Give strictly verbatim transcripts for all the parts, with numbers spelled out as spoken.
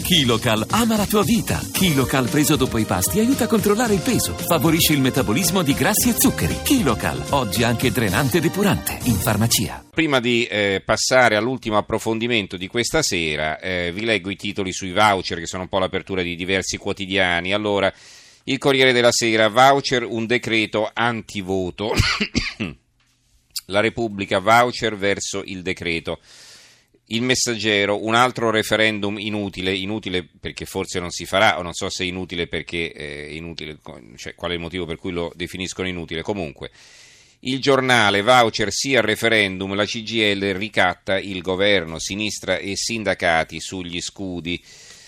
KiloCal ama la tua vita. KiloCal preso dopo i pasti aiuta a controllare il peso, favorisce il metabolismo di grassi e zuccheri. KiloCal, oggi anche drenante e depurante, in farmacia. Prima di eh, passare all'ultimo approfondimento di questa sera, eh, vi leggo i titoli sui voucher, che sono un po' l'apertura di diversi quotidiani. Allora, il Corriere della Sera, voucher, un decreto antivoto. La Repubblica, voucher verso il decreto. Il Messaggero, un altro referendum inutile, inutile perché forse non si farà, o non so se è inutile perché è inutile, cioè qual è il motivo per cui lo definiscono inutile, comunque. Il Giornale, voucher sì al referendum, la C G I L ricatta il governo, sinistra e sindacati sugli scudi.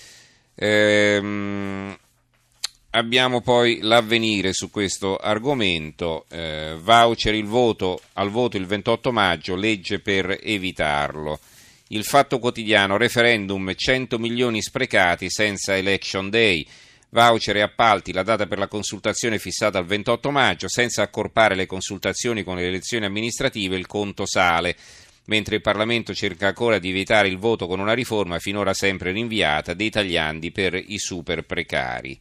Ehm... Abbiamo poi l'Avvenire su questo argomento, eh, voucher il voto, al voto il ventotto maggio, legge per evitarlo. Il Fatto Quotidiano, referendum, cento milioni sprecati senza election day, voucher e appalti, la data per la consultazione fissata al ventotto maggio, senza accorpare le consultazioni con le elezioni amministrative il conto sale. Mentre il Parlamento cerca ancora di evitare il voto con una riforma finora sempre rinviata, dei tagliandi per i super precari.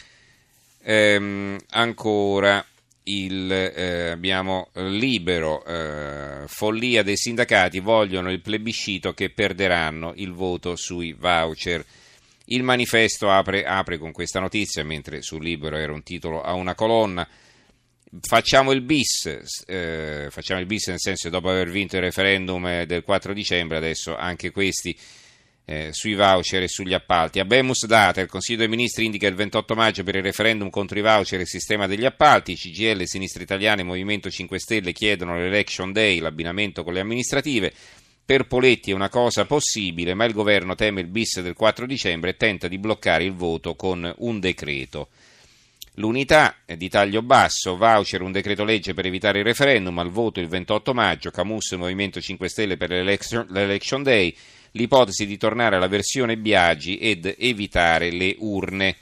Ehm, ancora il, eh, abbiamo Libero, eh, follia dei sindacati, vogliono il plebiscito che perderanno il voto sui voucher. Il Manifesto apre, apre con questa notizia, mentre sul Libero era un titolo a una colonna. Facciamo il bis, eh, facciamo il bis nel senso che dopo aver vinto il referendum del quattro dicembre adesso anche questi Eh, sui voucher e sugli appalti. Habemus Data, il Consiglio dei Ministri indica il ventotto maggio per il referendum contro i voucher e il sistema degli appalti. C G I L, Sinistra Italiana e Movimento cinque Stelle chiedono l'election day, l'abbinamento con le amministrative. Per Poletti è una cosa possibile, ma il governo teme il bis del quattro dicembre e tenta di bloccare il voto con un decreto. L'Unità di taglio basso, voucher, un decreto legge per evitare il referendum, al voto il ventotto maggio, Camus e Movimento cinque Stelle per l'election, l'election day, l'ipotesi di tornare alla versione Biagi ed evitare le urne.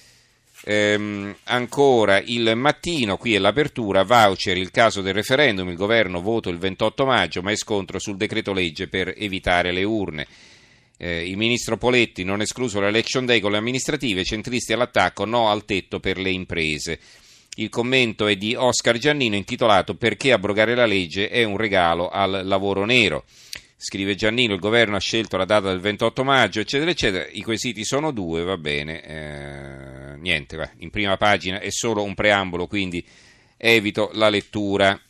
Ehm, ancora il Mattino, qui è l'apertura, voucher, il caso del referendum, il governo voto il ventotto maggio, ma è scontro sul decreto legge per evitare le urne. Eh, il ministro Poletti, non escluso l'election day con le amministrative, centristi all'attacco, no al tetto per le imprese. Il commento è di Oscar Giannino intitolato Perché abrogare la legge è un regalo al lavoro nero. Scrive Giannino, il governo ha scelto la data del ventotto maggio, eccetera, eccetera. I quesiti sono due, va bene. Eh, niente, va. In prima pagina è solo un preambolo, quindi evito la lettura.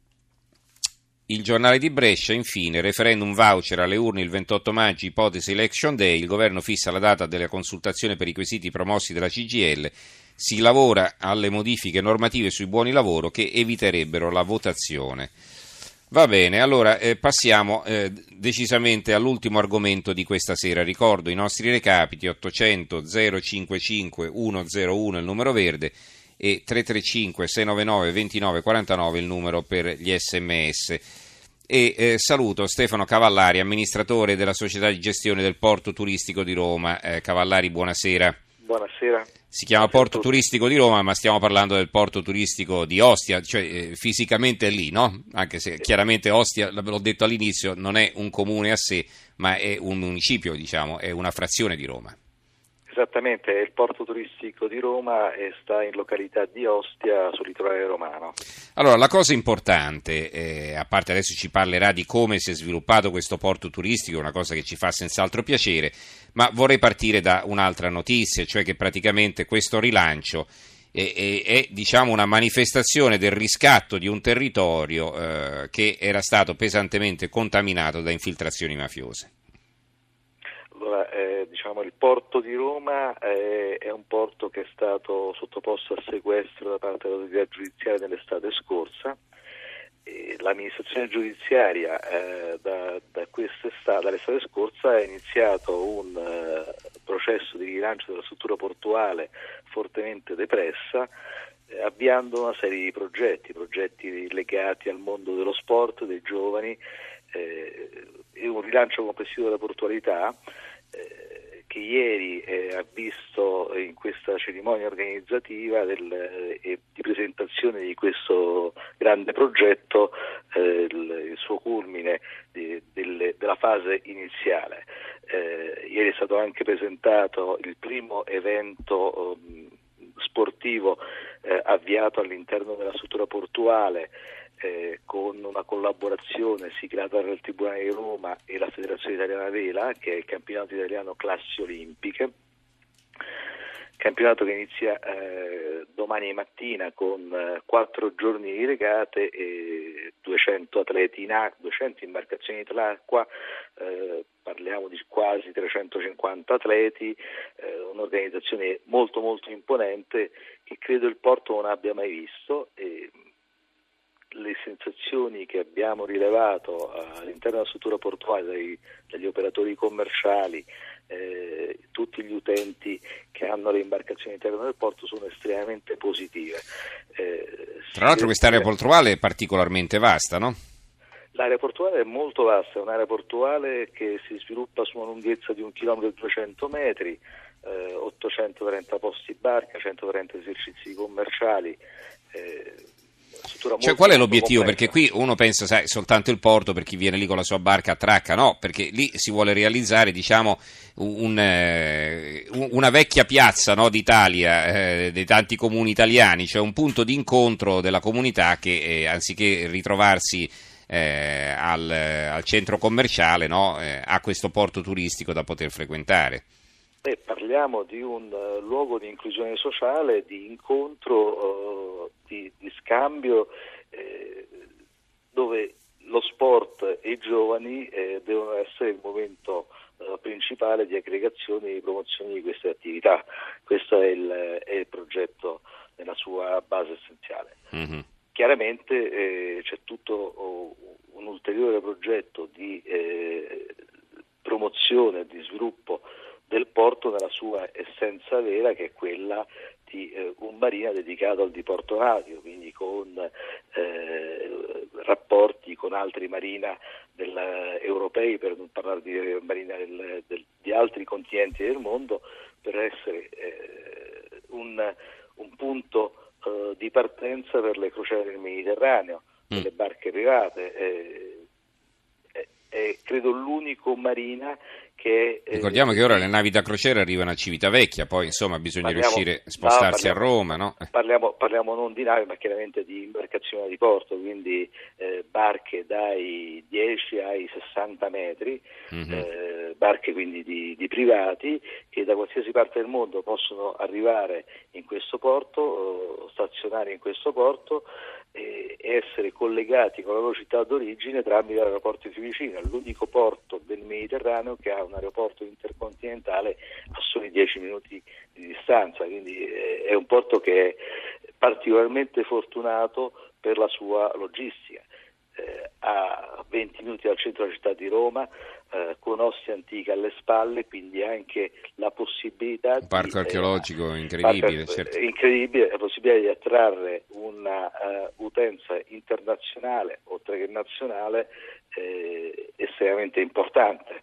Il Giornale di Brescia, infine, referendum voucher alle urne il ventotto maggio, ipotesi election day, il governo fissa la data della consultazione per i quesiti promossi dalla C G I L, si lavora alle modifiche normative sui buoni lavoro che eviterebbero la votazione. Va bene, allora eh, passiamo eh, decisamente all'ultimo argomento di questa sera. Ricordo i nostri recapiti: ottocento zero cinquantacinque centouno il numero verde e tre tre cinque sei nove nove due nove quattro nove il numero per gli sms. E eh, saluto Stefano Cavallari, amministratore della società di gestione del Porto Turistico di Roma. Eh, Cavallari, buonasera. Buonasera. Si chiama Porto Turistico di Roma, ma stiamo parlando del Porto Turistico di Ostia, cioè eh, fisicamente è lì, no? Anche se chiaramente Ostia, l'ho detto all'inizio, non è un comune a sé, ma è un municipio, diciamo, è una frazione di Roma. Esattamente, è il Porto Turistico di Roma e sta in località di Ostia, sul litorale romano. Allora, la cosa importante, eh, a parte adesso ci parlerà di come si è sviluppato questo porto turistico, una cosa che ci fa senz'altro piacere, ma vorrei partire da un'altra notizia, cioè che praticamente questo rilancio è, è, è diciamo una manifestazione del riscatto di un territorio eh, che era stato pesantemente contaminato da infiltrazioni mafiose. Allora, eh, diciamo il porto di Roma eh, è un porto che è stato sottoposto a sequestro da parte dell'autorità giudiziaria nell'estate scorsa. E l'amministrazione giudiziaria eh, da, da quest'estate, dall'estate scorsa ha iniziato un eh, processo di rilancio della struttura portuale fortemente depressa, eh, avviando una serie di progetti, progetti legati al mondo dello sport, dei giovani, eh, e un rilancio complessivo della portualità eh, che che ieri eh, ha visto in questa cerimonia organizzativa del, eh, di presentazione di questo grande progetto eh, il, il suo culmine di, del, della fase iniziale. Eh, ieri è stato anche presentato il primo evento um, sportivo eh, avviato all'interno della struttura portuale, Eh, con una collaborazizione siglata tra il Tribunale di Roma e la Federazione Italiana Vela, che è il campionato italiano classi olimpiche, campionato che inizia eh, domani mattina con eh, quattro giorni di regate e duecento atleti in acqua, duecento imbarcazioni dell'acqua, eh, parliamo di quasi trecentocinquanta atleti, eh, un'organizzazione molto molto imponente che credo il porto non abbia mai visto. E le sensazioni che abbiamo rilevato all'interno della struttura portuale dai, dagli operatori commerciali, eh, tutti gli utenti che hanno le imbarcazioni all'interno del porto sono estremamente positive. Eh, Tra l'altro quest'area portuale è particolarmente vasta, no? L'area portuale è molto vasta, è un'area portuale che si sviluppa su una lunghezza di un chilometro e duecento metri, eh, ottocentotrenta posti barca, centotrenta esercizi commerciali. Eh, Cioè, qual è l'obiettivo? Perché qui uno pensa, sai, soltanto il porto per chi viene lì con la sua barca attracca, no, perché lì si vuole realizzare, diciamo, un, eh, una vecchia piazza, no, d'Italia, eh, dei tanti comuni italiani, cioè un punto di incontro della comunità che eh, anziché ritrovarsi eh, al, al centro commerciale, no, eh, ha questo porto turistico da poter frequentare. Beh, parliamo di un uh, luogo di inclusione sociale, di incontro, uh, di, di scambio, eh, dove lo sport e i giovani eh, devono essere il momento uh, principale di aggregazione e di promozione di queste attività. Questo è il, è il progetto nella sua base essenziale. Mm-hmm. Chiaramente eh, c'è tutto uh, un ulteriore progetto di eh, promozione e di sviluppo del porto nella sua essenza vera, che è quella di eh, un marina dedicato al diporto nautico, quindi con eh, rapporti con altri marina del, europei, per non parlare di marina del, del, di altri continenti del mondo, per essere eh, un, un punto eh, di partenza per le crociere del Mediterraneo, per mm. le barche private. Eh, è, è credo l'unico marina che ricordiamo eh, che ora le navi da crociera arrivano a Civitavecchia, poi insomma bisogna parliamo, riuscire a spostarsi no, parliamo, a Roma, no? Parliamo, parliamo non di navi, ma chiaramente di imbarcazioni di porto, quindi eh, barche dai dieci ai sessanta metri, mm-hmm. eh, barche quindi di, di privati che da qualsiasi parte del mondo possono arrivare in questo porto, stazionare in questo porto e essere collegati con la loro città d'origine tramite l'aeroporto più vicino. È l'unico porto del Mediterraneo che ha un aeroporto intercontinentale a soli dieci minuti di distanza, quindi è un porto che è particolarmente fortunato per la sua logistica. Eh, a venti minuti dal centro della città di Roma, eh, con Ostia Antica alle spalle, quindi anche la possibilità un parco di, archeologico eh, incredibile, parco, certo. incredibile, la possibilità di attrarre una uh, utenza internazionale oltre che nazionale eh, estremamente importante.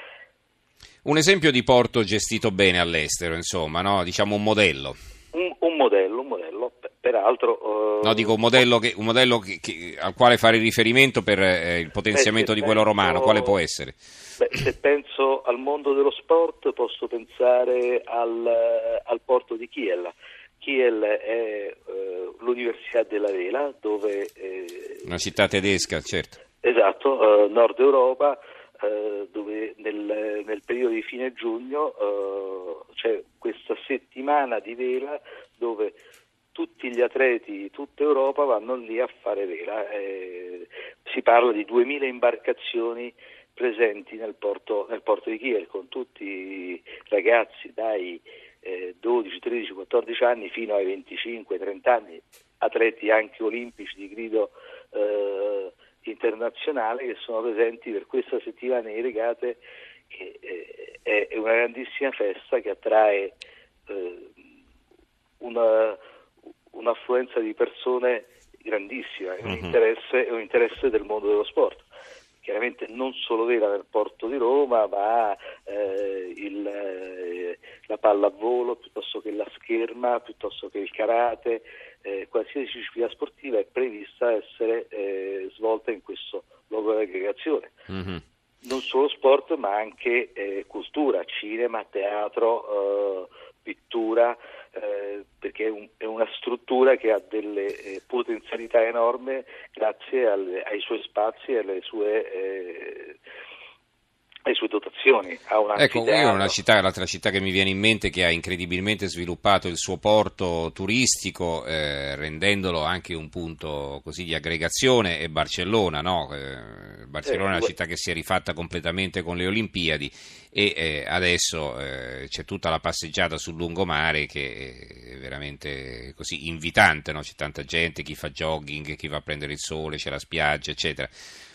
Un esempio di porto gestito bene all'estero, insomma, no? Diciamo un modello. Un, un modello, un modello, peraltro... Uh, no, dico un modello, che, un modello che, che, al quale fare riferimento per eh, il potenziamento beh, di quello penso, romano, quale può essere? Beh, se penso al mondo dello sport posso pensare al, al porto di Kiel. Kiel è uh, l'Università della Vela, dove... Eh, una città tedesca, certo. Esatto, uh, Nord Europa, uh, dove nel, nel periodo di fine giugno uh, c'è questa settimana di vela dove tutti gli atleti di tutta Europa vanno lì a fare vela. Eh, si parla di duemila imbarcazioni presenti nel porto, nel porto di Kiel, con tutti i ragazzi dai eh, dodici, tredici, quattordici anni fino ai venticinque, trenta anni, atleti anche olimpici di grido eh, internazionale, che sono presenti per questa settimana di regate, che eh, è una grandissima festa che attrae eh, una, un'affluenza di persone grandissima, è un, mm-hmm. interesse, è un interesse del mondo dello sport. chiaramente non solo vela nel porto di Roma, ma eh, il, eh, la pallavolo, piuttosto che la scherma, piuttosto che il karate, eh, qualsiasi disciplina sportiva è prevista essere eh, svolta in questo luogo di aggregazione. Mm-hmm. Non solo sport, ma anche eh, cultura, cinema, teatro, eh, pittura, eh, perché è, un, è una struttura che ha delle eh, potenzialità enormi grazie alle, ai suoi spazi e alle sue, eh, alle sue dotazioni. Ha un ecco, io una città, l'altra città che mi viene in mente che ha incredibilmente sviluppato il suo porto turistico, eh, rendendolo anche un punto così di aggregazione, è Barcellona, no? Eh, Barcellona eh, è una città che si è rifatta completamente con le Olimpiadi e eh, adesso eh, c'è tutta la passeggiata sul lungomare che è veramente così invitante, no? C'è tanta gente, chi fa jogging, chi va a prendere il sole, c'è la spiaggia, eccetera.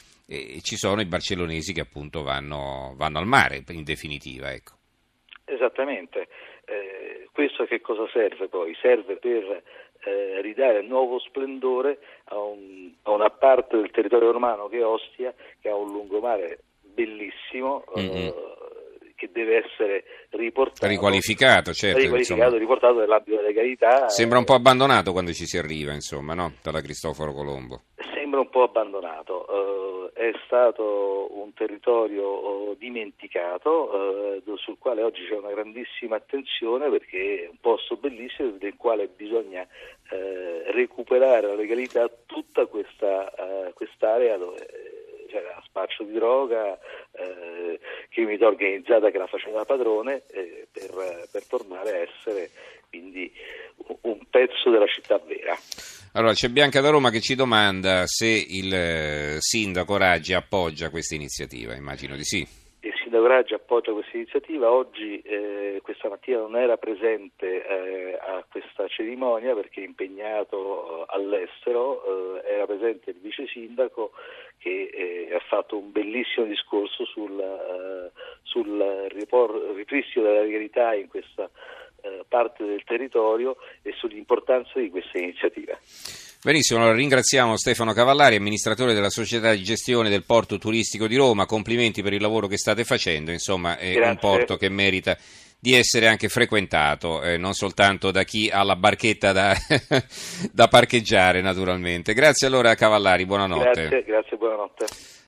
E ci sono i barcellonesi che appunto vanno, vanno al mare, in definitiva, ecco. Esattamente. Eh, questo a che cosa serve poi? Serve per eh, ridare nuovo splendore a, un, a una parte del territorio romano che è Ostia, che ha un lungomare bellissimo, mm-hmm. eh, che deve essere riportato, riqualificato, certo, riqualificato, insomma, riportato nell'ambito della legalità. Sembra un po' abbandonato quando ci si arriva, insomma, no? Dalla Cristoforo Colombo. Sembra un po' abbandonato. Uh, è stato un territorio uh, dimenticato, uh, sul quale oggi c'è una grandissima attenzione, perché è un posto bellissimo del quale bisogna uh, recuperare la legalità tutta questa uh, quest'area dove c'era spaccio di droga, eh, criminalità organizzata che la faceva da padrone, eh, per, per tornare a essere quindi un pezzo della città vera. Allora, c'è Bianca da Roma che ci domanda se il eh, sindaco Raggi appoggia questa iniziativa. Immagino di sì. Il sindaco Raggi appoggia questa iniziativa. Oggi, eh, questa mattina, non era presente eh, a questa cerimonia perché è impegnato eh, all'estero. Eh, era presente il vice sindaco che eh, ha fatto un bellissimo discorso sul, eh, sul ripor- ripristino della legalità in questa eh, parte del territorio e sull'importanza di questa iniziativa. Benissimo, allora ringraziamo Stefano Cavallari, amministratore della società di gestione del porto turistico di Roma. Complimenti per il lavoro che state facendo, insomma è Grazie. Un porto che merita di essere anche frequentato, eh, non soltanto da chi ha la barchetta da, da parcheggiare, naturalmente. Grazie allora Cavallari, buonanotte. Grazie, grazie, buonanotte.